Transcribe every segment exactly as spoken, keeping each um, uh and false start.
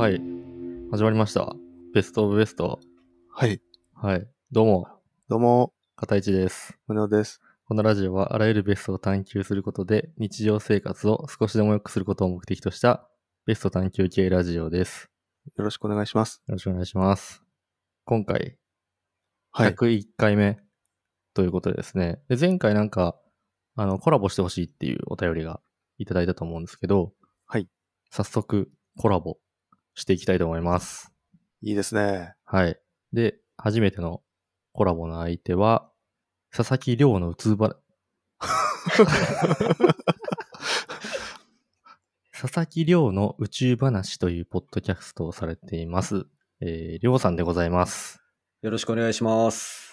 はい。始まりました。ベストオブベスト。 はい。 はい。どうも、 どうも、 片市です。 宗男です。 このラジオはあらゆるベストを探求することで日常生活を少しでも良くすることを目的としたベスト探求系ラジオです。 よろしくお願いします。 よろしくお願いします。今回、 はい。 ひゃくいっかいめということでですね。で前回なんか、あの、コラボしてほしいっていうお便りがいただいたと思うんですけど、 はい。 早速コラボしていきたいと思います。 いいですね。 はい。で、初めてのコラボの相手は、佐々木亮のうつば、佐々木亮の宇宙話というポッドキャストをされています。えー、亮さんでございます。 よろしくお願いします。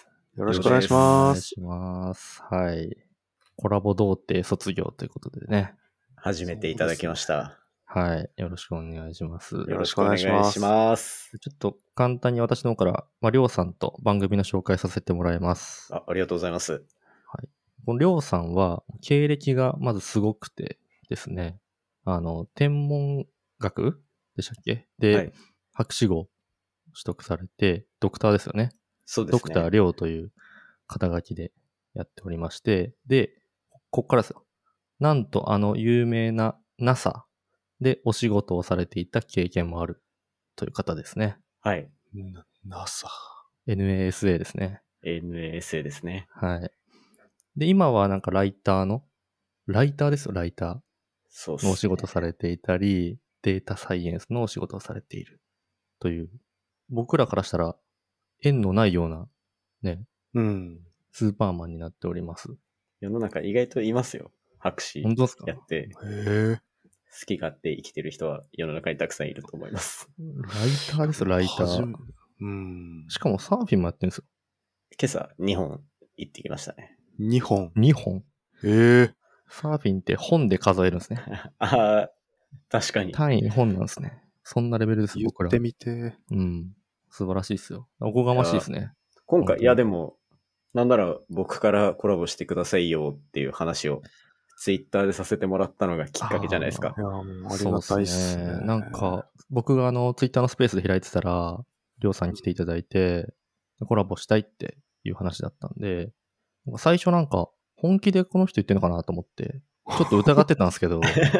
よろしくお願いしおます。 願いします。はい。コラボ童貞卒業ということでね。 初めていただきました。 はい。よろしくお願いします。 よろしくお願いします。 よろしくお願いしますちょっと簡単に私の方から、まあ、亮さんと番組の紹介させてもらいます。 あ、ありがとうございます。 はい。この亮さんは、経歴がまずすごくてですね、あの、天文学でしたっけで、はい、博士号取得されて、ドクターですよね。 そうですね。 ドクター亮という肩書きでやっておりまして、で、こっからですよ。なんとあの有名な ナサ でお仕事をされていた経験もあるという方ですね。 はい。 ナサ。 エヌエーエスエー ですね。 エヌエーエスエー ですね。 はい。で、今はなんかライターの、ライターですよ、ライター。 そうですね。 のお仕事されていたり、データサイエンスのお仕事をされているという、僕らからしたら縁のないようなね、 うん、 スーパーマンになっております。 世の中意外といますよ。博士本当ですか？ やって、 へ好き勝手生きてる人は世の中にたくさんいると思います。 ライターですよ、ライター。 うん、 しかもサーフィンもやってるんですよ。 今朝にほん行ってきましたね。 にほん。 にほん。 へえ。 サーフィンって本で数えるんですね。 ああ、確かに。 単位本なんですね。そんなレベルです、僕ら。 言ってみて。 うん。素晴らしいですよ。おこがましいですね。 今回、いやでも、なんなら僕からコラボしてくださいよっていう話をツイッターでさせてもらったのがきっかけじゃないですか。 いや、もうありがたいっすね。 なんか、僕があの、ツイッターのスペースで開いてたら、りょうさんに来ていただいて、コラボしたいっていう話だったんで、最初なんか、本気でこの人言ってんのかなと思って、ちょっと疑ってたんですけど、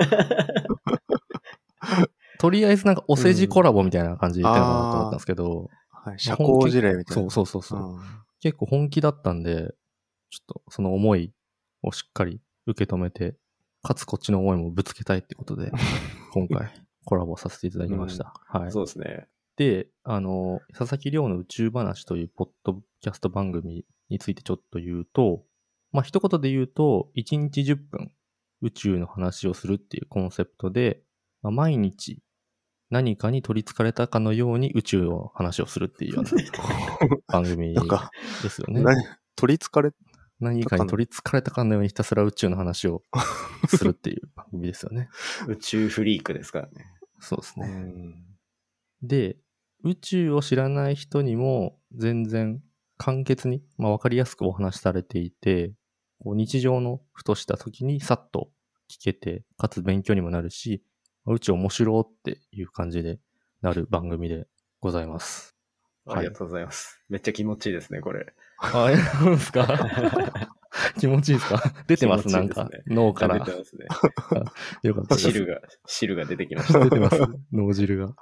とりあえずなんかお世辞コラボみたいな感じで言ってんのかなと思ったんですけど、 はい、社交辞令みたいな。 そうそうそうそう、うん。結構本気だったんで、ちょっとその思いをしっかり受け止めて、かつこっちの思いもぶつけたいってことで、今回コラボさせていただきました。 うん、 はい。 そうですね。 で、あの、佐々木亮の宇宙話というポッドキャスト番組についてちょっと言うと、まあ、一言で言うと、いちにちじゅっぷん宇宙の話をするっていうコンセプトで、まあ、毎日何かに取り憑かれたかのように宇宙の話をするっていうような番組ですよね。 何取り憑かれ何かに取り憑かれたかのようにひたすら宇宙の話をするっていう番組ですよね。 宇宙フリークですからね。 そうですね。で、宇宙を知らない人にも全然簡潔に、まあ、分かりやすくお話しされていて、こう日常のふとした時にさっと聞けて、かつ勉強にもなるし、宇宙面白っていう感じでなる番組でございます。 ありがとうございます。はい、めっちゃ気持ちいいですね、これ。 あ、え、そうですか気持ちいいですか？出てます、なんか、脳から。 出てますね。 よかったです。 汁が、汁が出てきました。 出てます、脳汁が。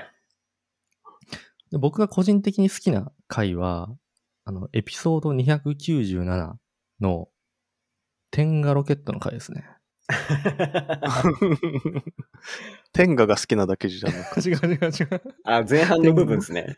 で僕が個人的に好きな回は、あの、エピソードにひゃくきゅうじゅうななの天下ロケットの回ですね。 天下が好きなだけじゃなくて。違う違う違う。 あ、前半の部分ですね。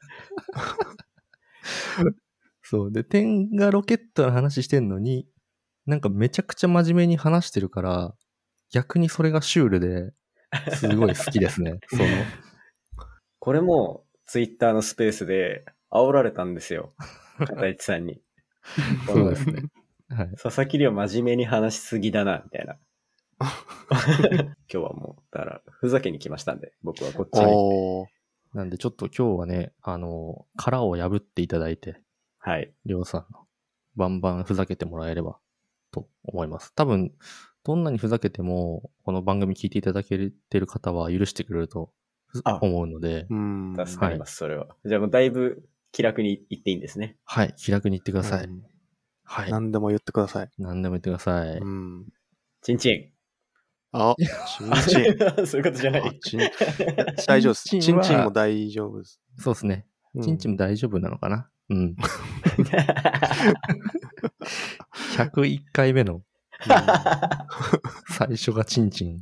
そう。で、天下ロケットの話してんのに、なんかめちゃくちゃ真面目に話してるから、逆にそれがシュールで、すごい好きですね。その。 これも、ツイッターのスペースで煽られたんですよ。片市さんに。 そうですね。 はい、佐々木亮真面目に話しすぎだな、みたいな。今日はもう、だから、ふざけに来ましたんで、僕はこっちに。 なんでちょっと今日はね、あの、殻を破っていただいて、 はい。 亮さんの、バンバンふざけてもらえれば、と思います。多分、どんなにふざけても、この番組聞いていただけてる方は許してくれるとあ思うので、 うん。 助かります、それは。じゃあもうだいぶ気楽に言っていいんですね。 はい、気楽に言ってください。 うんはい。 何でも言ってください。 何でも言ってください。 うん。 チンチン。 あ、チンチン。 そういうことじゃない。 あチン大丈夫です。チンチンチンはチンも大丈夫です。 そうですね。 うんチンチンも大丈夫なのかなうん。ひゃくいっかいめの最初がチンチン。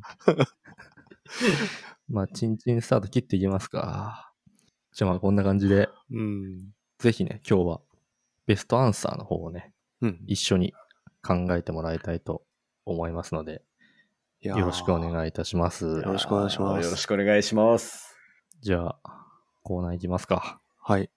まあ、チンチンスタート切っていきますか。じゃあまあこんな感じで、 うん。 ぜひね、今日はベストアンサーの方をね、 うん。 一緒に考えてもらいたいと思いますので、 いやーよろしくお願いいたします。 よろしくお願いしますよろしくお願いします。 じゃあ、コーナーいきますか。 はい。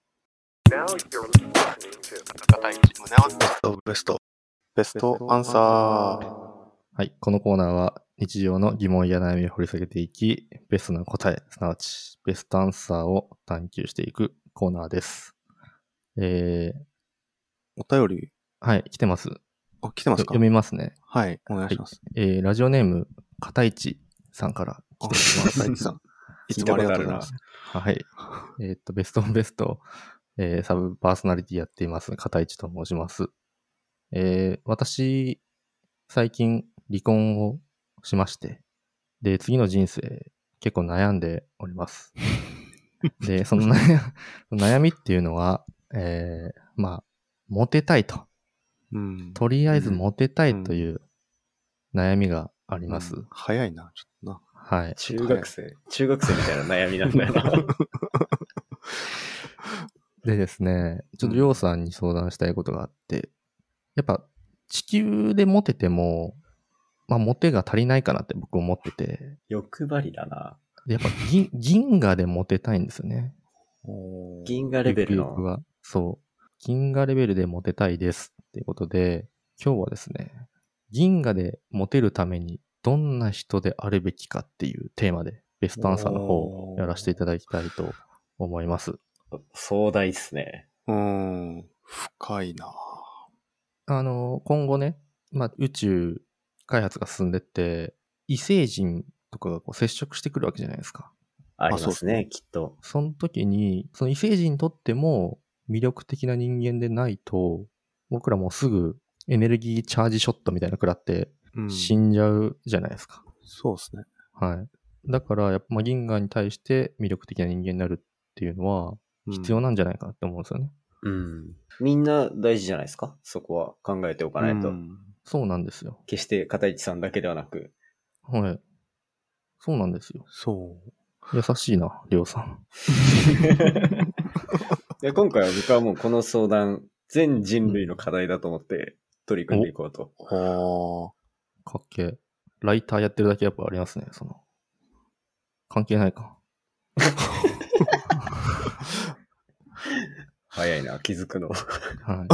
ベスト。ベストアンサー。 はい。このコーナーは日常の疑問や悩みを掘り下げていき、ベストな答え、すなわちベストアンサーを探求していくコーナーです。えー、 お便り、 はい、来てます。 あ、来てますか読みますね。 はい、お願いします。 えー、ラジオネーム、片市さんから来ております。 大地さん。いつもありがとうございます。 はい。えーっと、ベストオブベスト、えーサブパーソナリティやっています、片市と申します。えー私、最近離婚をしまして、で、次の人生、結構悩んでおります。で、その悩悩みっていうのは、えーまあ、モテたいと。 うん。 とりあえずモテたいという悩みがあります。 うん早いな、ちょっとな。 はい。 中学生、中学生みたいな悩みなんだよな。 でですね、ちょっとりょうさんに相談したいことがあって、やっぱ地球でモテても、まあモテが足りないかなって僕思ってて、 欲張りだな。 でやっぱ銀銀河でモテたいんですよね。 銀河レベルの。 ゆくゆくは。そう。銀河レベルでモテたいですっていうことで、今日はですね、銀河でモテるためにどんな人であるべきかっていうテーマでベストアンサーの方をやらせていただきたいと思います。 壮大っすね。 うーん。深いな。 あの、今後ね、まあ、宇宙開発が進んでって、異星人とかがこう接触してくるわけじゃないですか。 ありそうですねますね、きっと。 その時に、その異星人にとっても魅力的な人間でないと、僕らもうすぐエネルギーチャージショットみたいなの食らってうん。 死んじゃうじゃないですか。 そうですね。 はい。だから、やっぱまあ銀河に対して魅力的な人間になるっていうのは必要なんじゃないかなって思うんですよね。 うん。みんな大事じゃないですか、そこは考えておかないと。 うんそうなんですよ。 決して片市さんだけではなく。 はい。そうなんですよ。 そう。 優しいな、りょうさん。 で今回は僕はもうこの相談、全人類の課題だと思って取り組んでいこうと。 はかっけえ。ライターやってるだけやっぱありますね、その。関係ないか。 早いな、気づくの。 はい。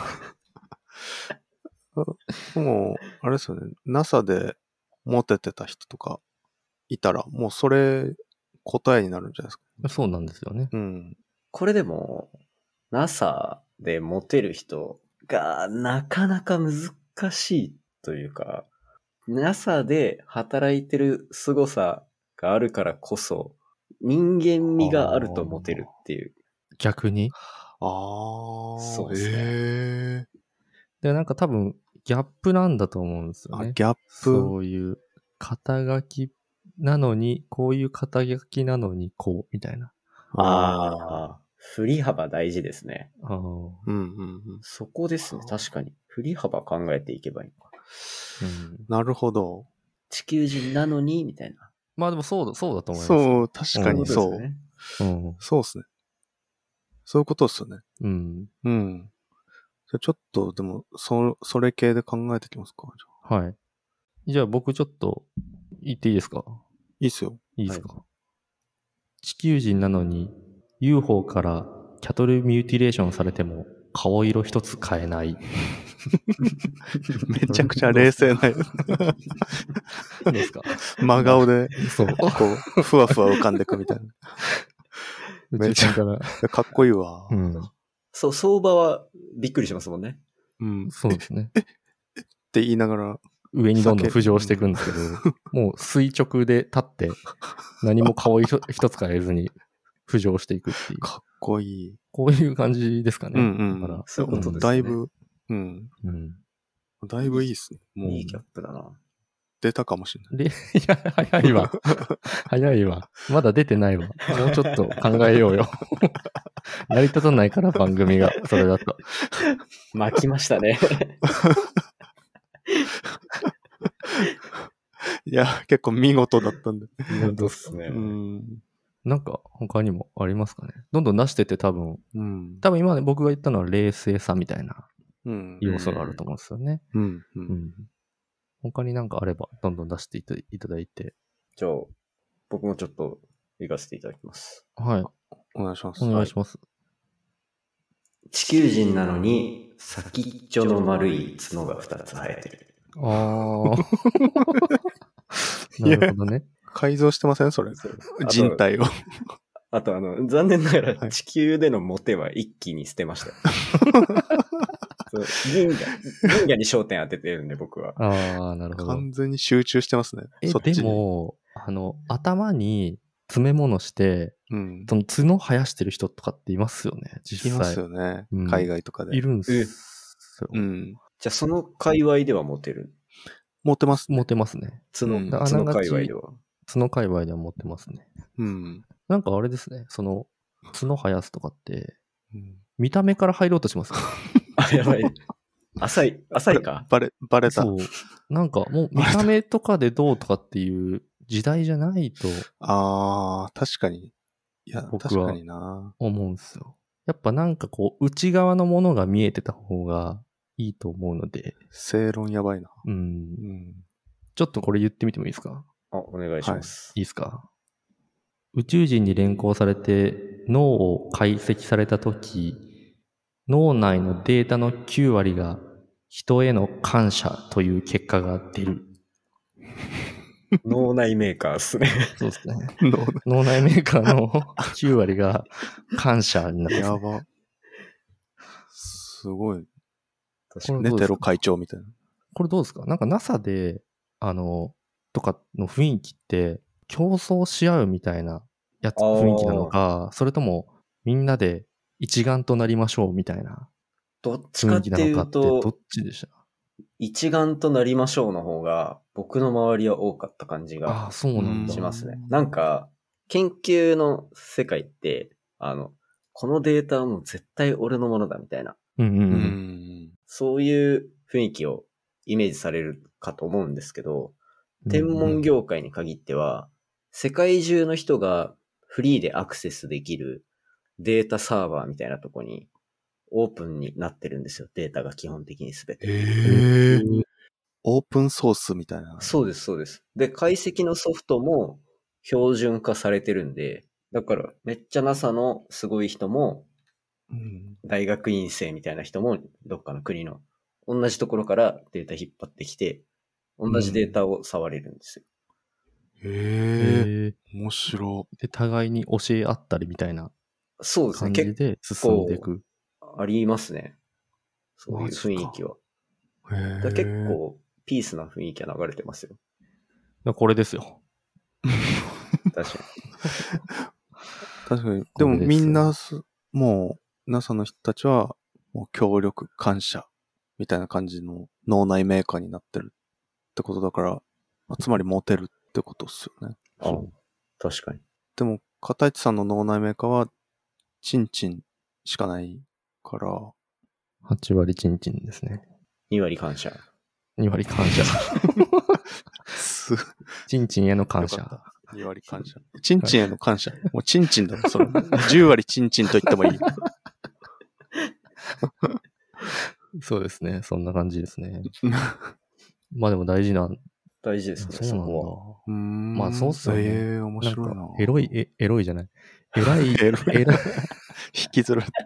あ。もう、あれですよね。ナサ でモテてた人とかいたら、もうそれ答えになるんじゃないですか。 そうなんですよね。 うん。 これでも、ナサ でモテる人がなかなか難しいというか、ナサ で働いてる凄さがあるからこそ、人間味があるとモテるっていう。 逆に。 ああ。 そうですねへえ。 で、なんか多分、ギャップなんだと思うんですよあ、 ね。 ギャップ。 そういう、肩書きなのに、こういう肩書きなのに、こう、みたいな。 ああ、振り幅大事ですね。 あーうんうんうん。 そこですね、確かに。振り幅考えていけばいいのか。 うん。 なるほど。 地球人なのに、みたいな。 まあでもそうだ、そうだと思います。 そう、確かにそう。 そういううん。 そうですね。そういうことですよね。 うん。 うん。じゃあちょっと、でも、そ、それ系で考えていきますか。じゃあはい。じゃあ僕ちょっと、言っていいですか？ いいっすよ。 いいですか？地球人なのに ユーフォー からキャトルミューティレーションされても顔色一つ変えない。 めちゃくちゃ冷静な、 何ですか？ 真顔で、 そう。 こう、ふわふわ浮かんでくみたいな。 宇宙船から。 いやかっこいいわ。 うん。 そう、相場はびっくりしますもんね。 うん。っそうですね。 て言いながら、 上にどんどん浮上していくんですけど、もう垂直で立って、何も顔一つ変えずに浮上していくっていう。 かっこいい。 こういう感じですかね。 うんうん。 だから、 そういうことですね。 だいぶ、うん。 うん。 だいぶいいっすね。もういいギャップだな。 出たかもしれない。 で、いや、早いわ。早いわ。まだ出てないわ。もうちょっと考えようよ。成り立たないから番組が、それだと。 巻きましたね。 いや、結構見事だったんで。 本当っすね。 うん。 なんか他にもありますかね。どんどん出してて多分、 うん。 多分今ね僕が言ったのは冷静さみたいなうん。 要素があると思うんですよね。 うん。う。 うんん。他になんかあればどんどん出していたいただいて。 じゃあ、僕もちょっと行かせていただきます。 はい。 お願いします。 お願いします。 地球人なのに、先っちょの丸い角がふたつ生えてる。 ああ。なるほどね。 改造してませんそれ。人体を。 あと、あの、残念ながらはい地球でのモテは一気に捨てましたよ。そう銀河、銀河に焦点当ててるんで、僕は。 ああ、なるほど。 完全に集中してますね。 え、 そっちにで、も、あの、頭に詰め物して、 うん。 その角生やしてる人とかっていますよね、実際。 いますよね。 うん海外とかで。 いるんすよ。 うん。 じゃあ、その界隈ではモテる。 持ってますね。 持てますね。 角、 うん角あながち界隈では。 角界隈では持ってますね。 うん。 なんかあれですね、その、角生やすとかって、 うん見た目から入ろうとしますよ。 あ、やばい。浅い、浅いか。 バレ、バレた。 そう。なんかもう見た目とかでどうとかっていう時代じゃないとあー、確かに。いや、 僕は確かにな。 思うんですよ。やっぱなんかこう、内側のものが見えてた方がいいと思うので、 正論やばいな。 うん。 うん。 ちょっとこれ言ってみてもいいですか？ あ、お願いします。 いいですか？宇宙人に連行されて脳を解析されたとき、脳内のデータのきゅう割が人への感謝という結果が出る。 脳内メーカーっすね。 そうですね。 脳脳内メーカーのきゅう割が感謝になってます、ね。 やば。すごい。 確かに。 これどうですかネテロ会長みたいな。 これどうですか？なんか ナサ で、あの、とかの雰囲気って競争し合うみたいなやつ、 あー雰囲気なのか、それともみんなで一丸となりましょうみたいなどっちか雰囲気なっていうのかってどっと、 ちでした？ 一丸となりましょうの方が、僕の周りは多かった感じあがあ、そうなんだ。 しますね。なんか、研究の世界って、あの、このデータはもう絶対俺のものだみたいな、 うんうんう。 うんん。 そういう雰囲気をイメージされるかと思うんですけど、天文業界に限っては、世界中の人がフリーでアクセスできるデータサーバーみたいなとこにオープンになってるんですよ。データが基本的にすべて。 ええ。オープンソースみたいな。 そうです、そうです。で、解析のソフトも標準化されてるんで、だからめっちゃ ナサ のすごい人も、 うん。 大学院生みたいな人もどっかの国の同じところからデータ引っ張ってきて、同じデータを触れるんですよ。 へえ。 へえ。 面白。 で、互いに教え合ったりみたいなそうですね。 感じ結で進んでいく。 構ありますね。そういうマジか雰囲気は。 へだからえ。 結構ピースな雰囲気が流れてますよ。 これですよ。 確か確かに。でもこれですよみんなす、もう、ナサ の人たちは、もう協力、感謝、みたいな感じの脳内メーカーになってるってことだから、まあつまりモテるってことっすよね。 に。 そうあ確かに。 でも、片市さんの脳内メーカーは、チンチンしかないから、 はち割チンチンですね。 に割感謝。 に割感謝。 す、 チンチンへの感謝。 よかったに割感謝。チンチンへの感謝。もうチンチンだろ、それ。じゅう割チンチンと言ってもいい。 そうですね。そんな感じですね。まあでも大事な、 大事ですね、 そうなんそこは。 うーんまあそうっすよねええ面だ。なん白いな。 か、エロい、え、エロいじゃない。偉い、 エロい偉い、 引きずられた。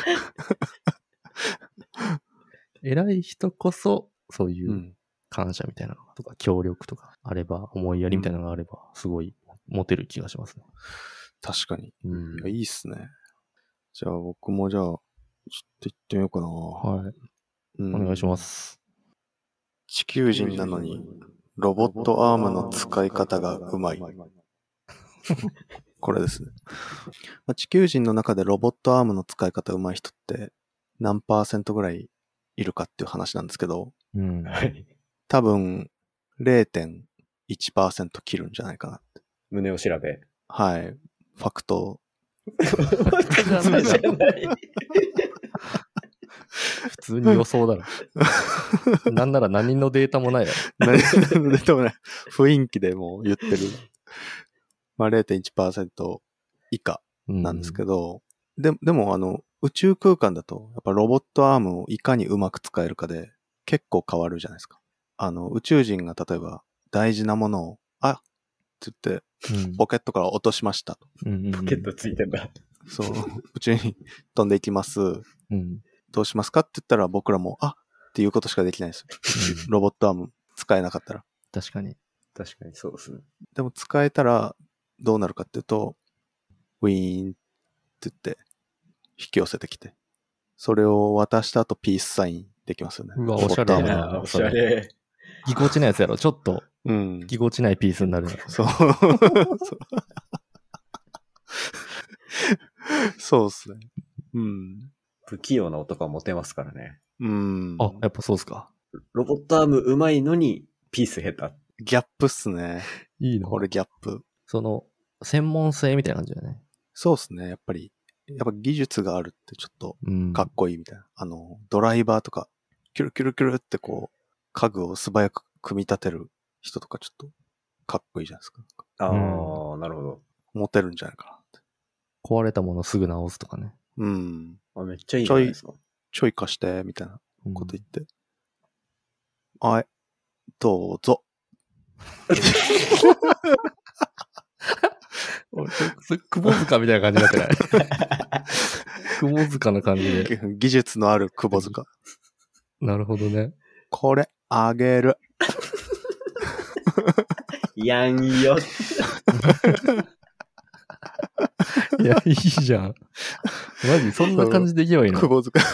偉い人こそ、そういううん。 感謝みたいなのとか、協力とかあれば、思いやりみたいなのがあれば、すごいモテる気がしますね。 確かに。 うんいや、いいっすね。じゃあ僕もじゃあ、ちょっと行ってみようかな。 はい。 うんお願いしま。す。 地球人なのに、ロボットアームの使い方がうまい。これですね。まあ、地球人の中でロボットアームの使い方うまい人って何パーセントぐらいいるかっていう話なんですけど、 うん。 はい。 多分 れいてんいちパーセント 切るんじゃないかなって。 胸を調べ。 はい。ファクト。 じゃないじゃない。 普通に予想だろ。なんなら何のデータもないや何でもない。雰囲気でもう言ってる。まあ れいてんいちパーセント 以下ろ。 なんですけど、ででもあの宇宙空間だとやっぱロボットアームをいかにうまく使えるかで結構変わるじゃないですか。あの宇宙人が例えば大事なものをあっって言ってうん、 ポケットから落としましたと。 うんうんうん、 ポケットついてんだ。 そう宇宙に飛んでいきます。 うんどうしますかって言ったら僕らもあっていうことしかできないですよ。ロボットアーム使えなかったら。 確かに。 確かにそうですね。 でも使えたらどうなるかっていうと、ウィーンって言って引き寄せてきて、それを渡した後ピースサインできますよね。 うわおしゃれだなおしゃれ。 ぎこちないやつやろ。ちょっとうん。 ぎこちないピースになる。 そう。そうっすね。うん。 不器用な男はモテますからね。 うん。 あ、やっぱそうっすか。 ロボットアーム上手いのに、ピース下手。 ギャップっすね。 いいのこれギャップ。 その、専門性みたいな感じだよね。 そうっすね。やっぱり、やっぱ技術があるってちょっとうん。 かっこいいみたいな。あの、ドライバーとか、キュルキュルキュルってこう、家具を素早く組み立てる人とかちょっとかっこいいじゃないですか。 ああ、 うなるほど。 モテるんじゃないかなって。 壊れたものすぐ直すとかね。 うん。 あ、めっちゃいいじゃないですか。 ちょい貸して、みたいなうんこと言って。はい、どうぞ。 おいそれ、窪塚みたいな感じになってない窪塚の感じで。 技術のある窪塚。 なるほどね。 これ、あげる。 やんよ。 いや、いいじゃん。マジ、そんな感じでいけばいいの。 窪塚。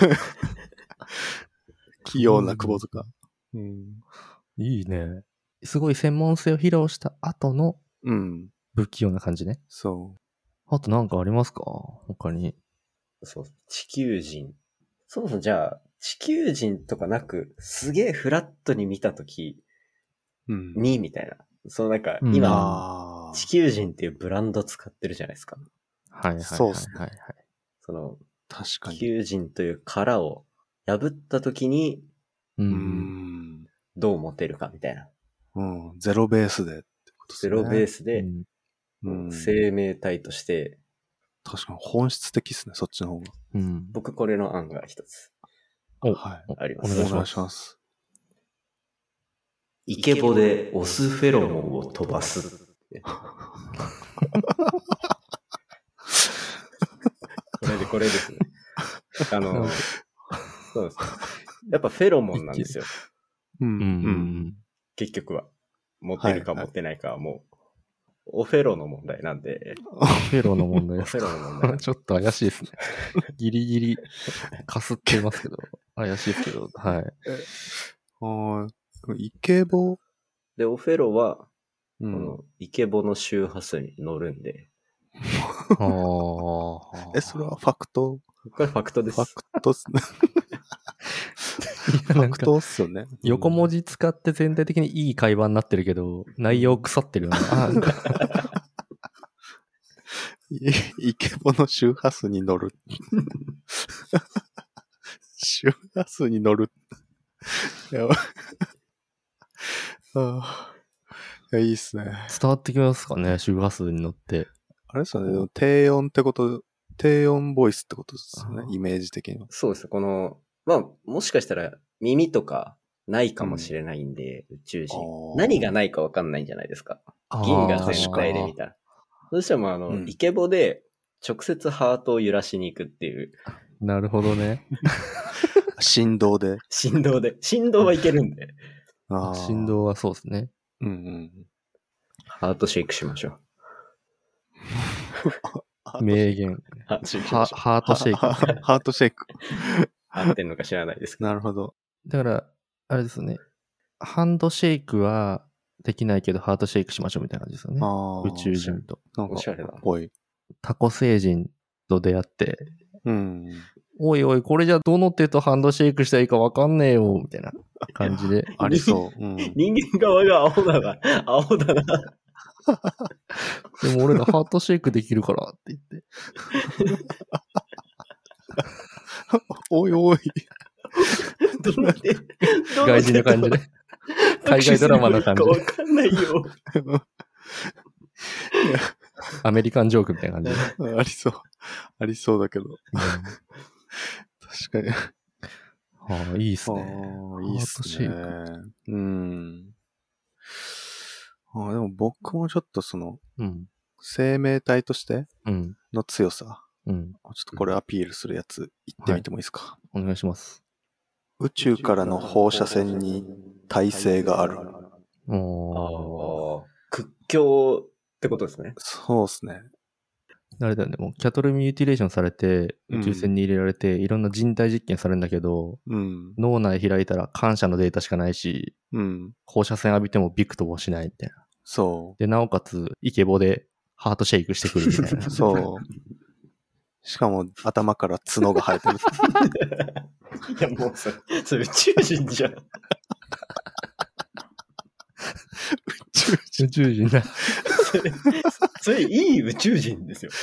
器用な窪塚。うん。 いいね。すごい専門性を披露した後のうん。 不器用な感じね。 そあとなんかありますか他に。 そう、地球人。そもそもじゃあ、地球人とかなく、すげえフラットに見たときう。うん。 に、みたいな。そのなんか、 うん今、 ああ。 地球人っていうブランド使ってるじゃないですか。 はいはいはいそうっすねはいはい。 その、 確かに。 地球人という殻を破ったときに、 う。 うんん。 どうモテるかみたいな。 うん。ゼロベースでってことですね。 ゼロベース。 スで、 うんうん。 生命体として、 確かに本質的ですね、そっちの方が。 うん。 僕これの案が一つおはい。 あります。 お願いしますお願いします。 イケボでオスフェロモンを飛ばす。これで、これですね。あの、そうです。やっぱフェロモンなんですよ。 うん。 うん。うん。 結局は。持ってるか持ってないかはもう、オフェロの問題なんで、 フェロの問題オフェロの問題なんで。 ちょっと怪しいですね。ギリギリかすってますけど、怪しいですけど、はい。 はい。イケボ。 で、オフェロは、 うん。 このイケボの周波数に乗るんで、 ああ。 え、それはファクトこれファクトです。 ファクトっすね。ファクトっすよね。 横文字使って全体的にいい会話になってるけど、内容腐ってるよね。あイイケボの周波数に乗る。周波数に乗る。やばい。ああ。いや、いいっすね。 伝わってきますかね、周波数に乗って。 あれですよね。でも低音ってこと、低音ボイスってことですよねあ。ーイメージ的には。 そうです。この、まあ、もしかしたら耳とかないかもしれないんで、宇宙人。 あー何がないかわかんないんじゃないですか。 あー銀河全体で見たら。どうしてもあの、 うんイケボで直接ハートを揺らしに行くっていうなるほどね。 振動で。 振動で、振動はいけるんで、 あー振。動はそうですね。 うんうん。 ハートシェイクしましょう。 名言。 ハートシェイクしハましょう。 ハートシェイク。 ハハートシェイク。 合ってんのか知らないですけど。 なるほど。 だから、あれですね。 ハンドシェイクはできないけどハートシェイクしましょうみたいな感じですよね。 ああ。 宇宙人と。 なんか、 おしゃれだぽい。 タコ星人と出会って、 うん。 おいおい、これじゃどの手とハンドシェイクしたらいいかわかんねえよ、みたいな感じで。 ありそう。うん。 人間側が青だな。青だな。 でも俺らハートシェイクできるからって言って。 おいおい。 どの手、どの外人の感じで。海外ドラマの感じで。 わかんないよ。 アメリカンジョークみたいな感じで。 ありそう。ありそうだけど。 うん確かに。 はあ、いいっすね。 ああ、いいっすねハートシェイ。 うん。ああ、でも僕もちょっとその、 うん。 生命体としてうん。 の強さ、 うん。 ちょっとこれアピールするやつ、言ってみてもいいですか？ お願いします。 宇宙からの放射線に耐性がある。 おー。 ああ、屈強ってことですね。 そうですね。 あれだよね。もうキャトルミューティレーションされて、 うん宇宙船に入れられて、いろんな人体実験されるんだけど、 うん。 脳内開いたら感謝のデータしかないし、 うん。 放射線浴びてもビクともしないみたいな。 そで、なおかつ、イケボでハートシェイクしてくるみたいな。 う。そう。しかも頭から角が生えてる。 いや、もうそれ、それ宇宙人じゃん。 宇宙人だ。 それ、それいい宇宙人ですよ。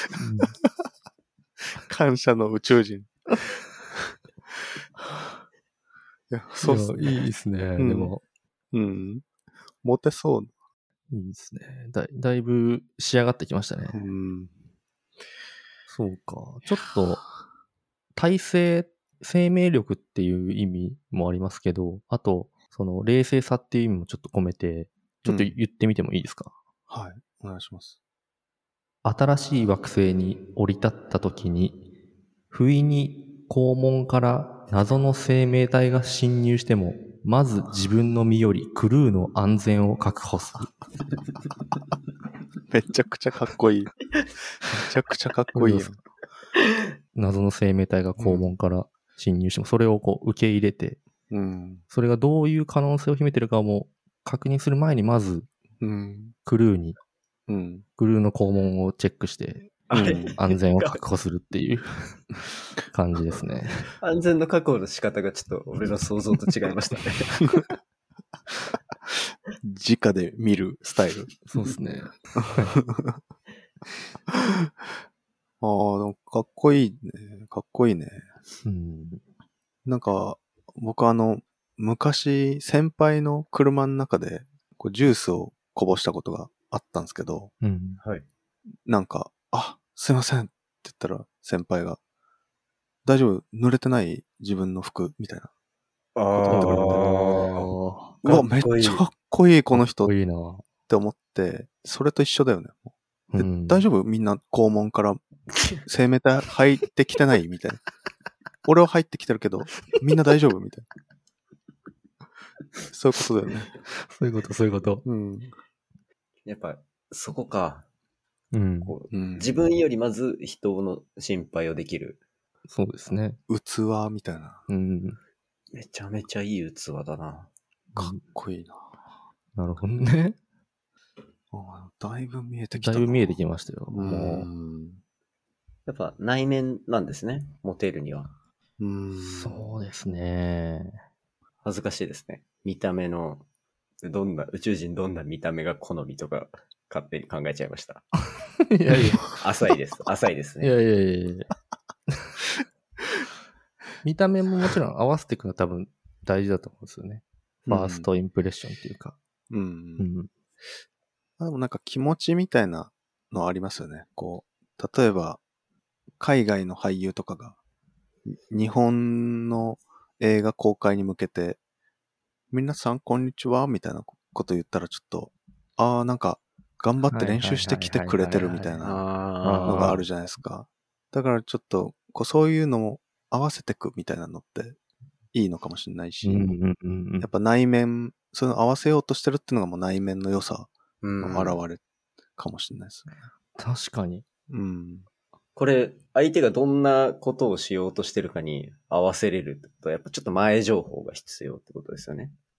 感謝の宇宙人。いや、そうっすね。 いやいいですね。 んでも、 うん。モテそう。 いいですね。だだいぶ仕上がってきましたね。 うん。 そうか。ちょっと、耐性、生命力っていう意味もありますけど、あと、その冷静さっていう意味もちょっと込めて、ちょっと言ってみてもいいですか？ はい。お願いします。 新しい惑星に降り立った時に、不意に肛門から謎の生命体が侵入しても、まず自分の身よりクルーの安全を確保する。 めちゃくちゃかっこいい。めちゃくちゃかっこいいやん。 謎の生命体が肛門から侵入しても、それをこう受け入れて、 うん。 それがどういう可能性を秘めてるかも確認する前に、まずうん。 クルーに、 うん。 クルーの肛門をチェックして、 あれ、 うん安全を確保するっていう感じですね。 安全の確保の仕方がちょっと俺の想像と違いましたね。 直で見るスタイル。 そうですね。 ああ、でもかっこいいね。かっこいいね。 うん。 なんか、僕あの、昔、先輩の車の中で、こうジュースをこぼしたことがあったんですけど、 うん。 はい。 なんか、あ、すいませんって言ったら、先輩が、大丈夫濡れてない自分の服みたいな。 ああうわ、めっちゃかっこいい、この人っかっこいいな。 て思って、それと一緒だよね。でうん大丈夫みんな肛門から生命体入ってきてないみたいな。俺は入ってきてるけど、みんな大丈夫みたいな。そういうことだよね。 そういうこと、そういうこと。 うん。 やっぱ、そこか。 うん。 こううん、 自分よりまず人の心配をできる。 そうですね。 器みたいな。 うん。 めちゃめちゃいい器だな。 かっこいいな。 なるほどね。 あだいぶ見えてきたな。 だいぶ見えてきましたよ。 うもん。 やっぱ内面なんですね。モテるには。 うん。 う。そうですね。 恥ずかしいですね。見た目の、どんな、宇宙人どんな見た目が好みとか、勝手に考えちゃいました。 いやいや。 浅いです。浅いですね。 いやいやいやいや。見た目ももちろん合わせていくのは多分大事だと思うんですよね。ファーストインプレッションっていうか。 うん。 うん。 でもなんか気持ちみたいなのありますよね。こう、例えば、海外の俳優とかが、日本の映画公開に向けて、皆さんこんにちはみたいなこと言ったらちょっと、ああ、なんか、頑張って練習してきてくれてるみたいなのがあるじゃないですか。だからちょっと、こうそういうのも合わせてくみたいなのっていいのかもしれないし、 うんうんうんうんやっぱ内面、その合わせようとしてるっていうのがもう内面の良さうんの表れかもしれないですね。 確かに。 うん。 これ、相手がどんなことをしようとしてるかに合わせれるってことは、やっぱちょっと前情報が必要ってことですよね。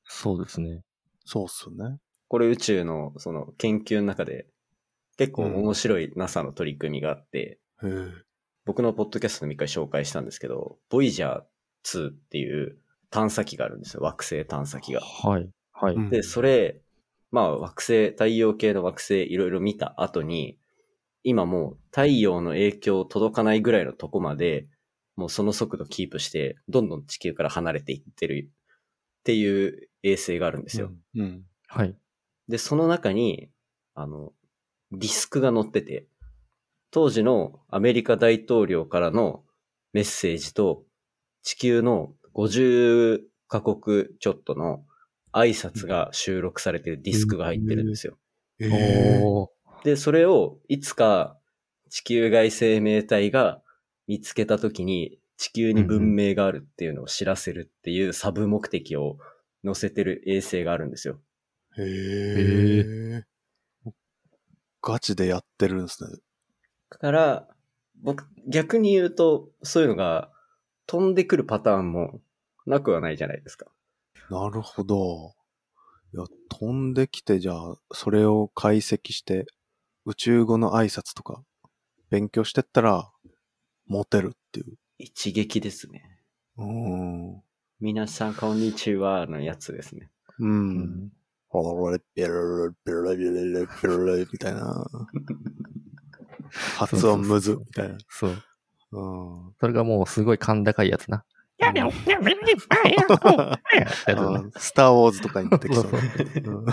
そうですね。 そうっすよね。 これ宇宙のその研究の中で結構面白い ナサ の取り組みがあって、 へえ。 僕のポッドキャストでも一回紹介したんですけど、ボイジャーツーっていう探査機があるんですよ。惑星探査機が。 はい。はい。 うんで、それ、まあ惑星、太陽系の惑星いろいろ見た後に、今もう太陽の影響届かないぐらいのとこまで、もうその速度キープして、どんどん地球から離れていってるっていう衛星があるんですよ。 うん。うん。 はい。 で、その中に、あの、ディスクが載ってて、当時のアメリカ大統領からのメッセージと、地球のごじゅっカ国ちょっとの挨拶が収録されてるディスクが入ってるんですよ。 ええ。 おー。 で、それをいつか地球外生命体が見つけたときに地球に文明があるっていうのを知らせるっていうサブ目的を載せてる衛星があるんですよ。 へへえ。ガチでやってるんですね。 だから、僕、逆に言うと、そういうのが飛んでくるパターンもなくはないじゃないですか。 なるほど。いや、飛んできて、じゃあ、それを解析して、宇宙語の挨拶とか、勉強してったら、モテるっていう。 一撃ですね。 うーん。 皆さん、こんにちはのやつですね。 う。 うんん。 ホロレピロレピロレピロレピロレみたいな。発音むずみたいな。 そう。 うん。 それがもうすごい甲高いやつな。やだよやだよやだよスターウォーズとかに出てきそうそううん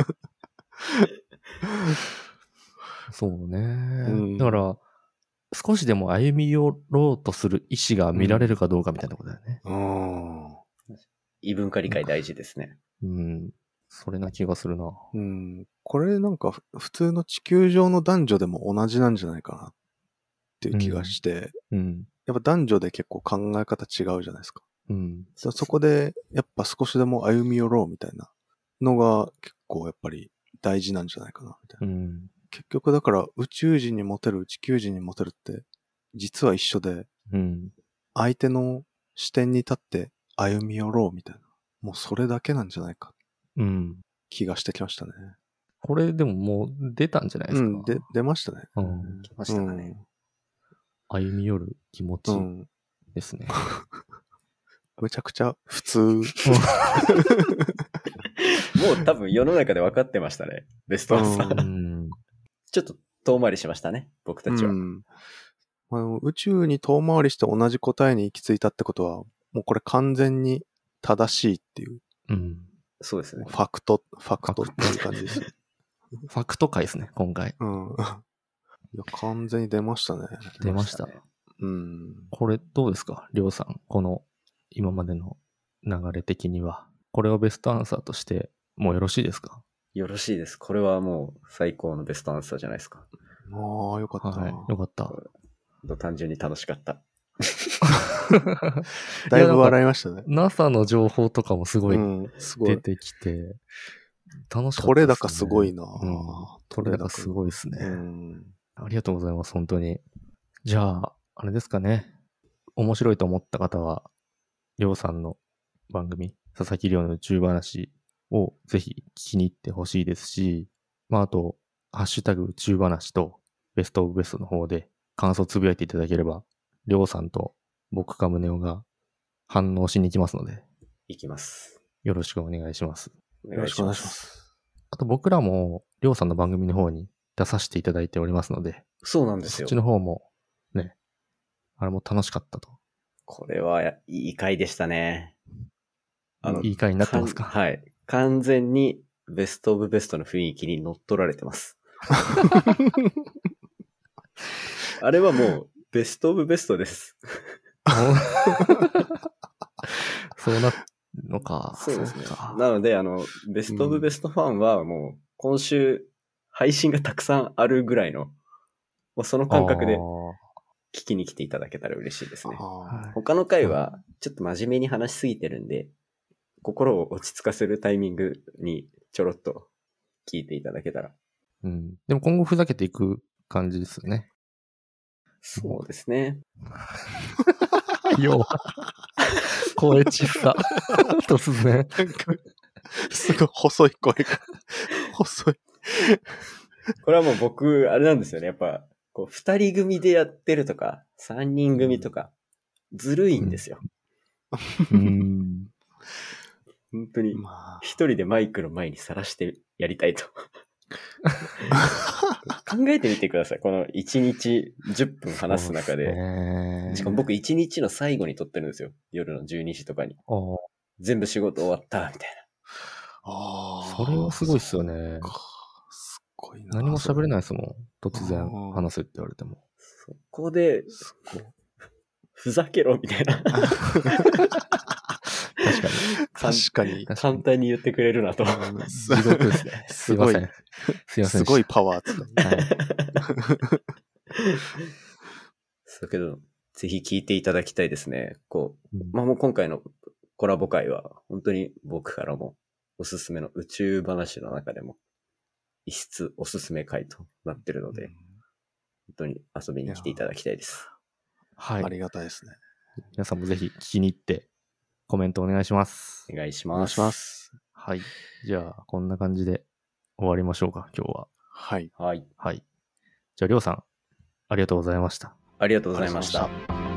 そうね。 うんだから、少しでも歩み寄ろうとする意思が見られるかどうかみたいなことだよね。 うん。 異文化理解大事ですね。 うん。それな気がするな。 うん。これなんかふ普通の地球上の男女でも同じなんじゃないかなっていう気がして、 うん。 やっぱ男女で結構考え方違うじゃないですか。 うん。 そそこでやっぱ少しでも歩み寄ろうみたいなのが結構やっぱり大事なんじゃないかなみたいな。 うん。 結局だから宇宙人にモテる地球人にモテるって実は一緒で、 うん。 相手の視点に立って歩み寄ろうみたいな。もうそれだけなんじゃないかうん。 気がしてきましたね。 これでももう出たんじゃないですか。 うん、で、出ましたね。 うん。 来ましたかね。 歩み寄る気持ちうん。うん。 ですね。 めちゃくちゃ普通。 もう多分世の中で分かってましたね。ベストアンサー。 うん。 ちょっと遠回りしましたね。僕たちは。 うんあの宇宙に遠回りして同じ答えに行き着いたってことは、もうこれ完全に正しいっていう、 うん。 そうですねフ。ァクト、ファクトっていう感じですよ。 ファクト回ですね、今回。 うん。いや、完全に出ましたね。 出ました。 ね。 うん。 これどうですか、りょうさん。この今までの流れ的には。これをベストアンサーとしてもうよろしいですか？ よろしいです。これはもう最高のベストアンサーじゃないですか。 ああ、よかったな。 はい。よかった。 単純に楽しかった。 だいぶ笑いましたね。 ナサ の情報とかもすごいうん、すごい。 出てきて、楽しかったですね。 取れ高すごいな、 うん。取れ高すごいですね。 うん。 ありがとうございます、本当に。じゃあ、あれですかね。面白いと思った方は、りょうさんの番組、佐々木りょうの宇宙話をぜひ聞きに行ってほしいですし、まあ、あと、ハッシュタグ宇宙話とベストオブベストの方で感想つぶやいていただければ、りょうさんと僕か宗男が反応しに行きますので、 いきます。 よろしくお願いします。 およろしくお願いしま。す。 あと僕らも、りょうさんの番組の方に出させていただいておりますので、 そうなんですよそっち。の方も、ね、あれも楽しかったと。 これはいい回でしたね。 いい回になってますか？ んはい。完全にベストオブベストの雰囲気に乗っ取られてます。あれはもうベストオブベストです。 そうなるのか。 そうですねそうか。 なので、あの、ベストオブベストファンはもう今週配信がたくさんあるぐらいの、もうその感覚であー聞きに来ていただけたら嬉しいですね。 あはい他の回はちょっと真面目に話しすぎてるんで、心を落ち着かせるタイミングにちょろっと聞いていただけたら。 うん。でも今後ふざけていく感じですよね。 そうですね。 よう。声小さ。突然。 すごい細い声が。細い。 これはもう僕、あれなんですよね。やっぱ、こう、二人組でやってるとか、三人組とか、ずるいんですよ。 うーん。 本当に、 まあ、 一人でマイクの前にさらしてやりたいと。考えてみてください。このいちにちじゅっぷん話す中で。 でしかも僕いちにちの最後に撮ってるんですよ。夜のじゅうにじとかに。 あ全部仕事終わった、みたいああ、それはすごいっすよね。 かすっごいな。 何も喋れないい。 ですもん。突然話すって言われても。 な。そこで、 すっごい。 ふざけろ、みたいな。 確かに。 確かに。 簡単に言ってくれるなと。 地獄ですね。すすごいいません。すいません。 すごいパワー使う。 はい。 そうけど、ぜひ聞いていただきたいですね。こう、 うんまあもう今回のコラボ会は、本当に僕からもおすすめの宇宙話の中でも、一室おすすめ会となってるので、本当に遊びに来ていただきたいです。 はい。 ありがたいですね。 皆さんもぜひ聞きに行って、コメントお願いします。 お願いしお願います。 します。 はい。じゃあ、こんな感じで終わりましょうか、今日は。 はい。 はい。 はい。じゃあ、りょうさん、ありがとうございました。 ありがとうございましたありがとうございま。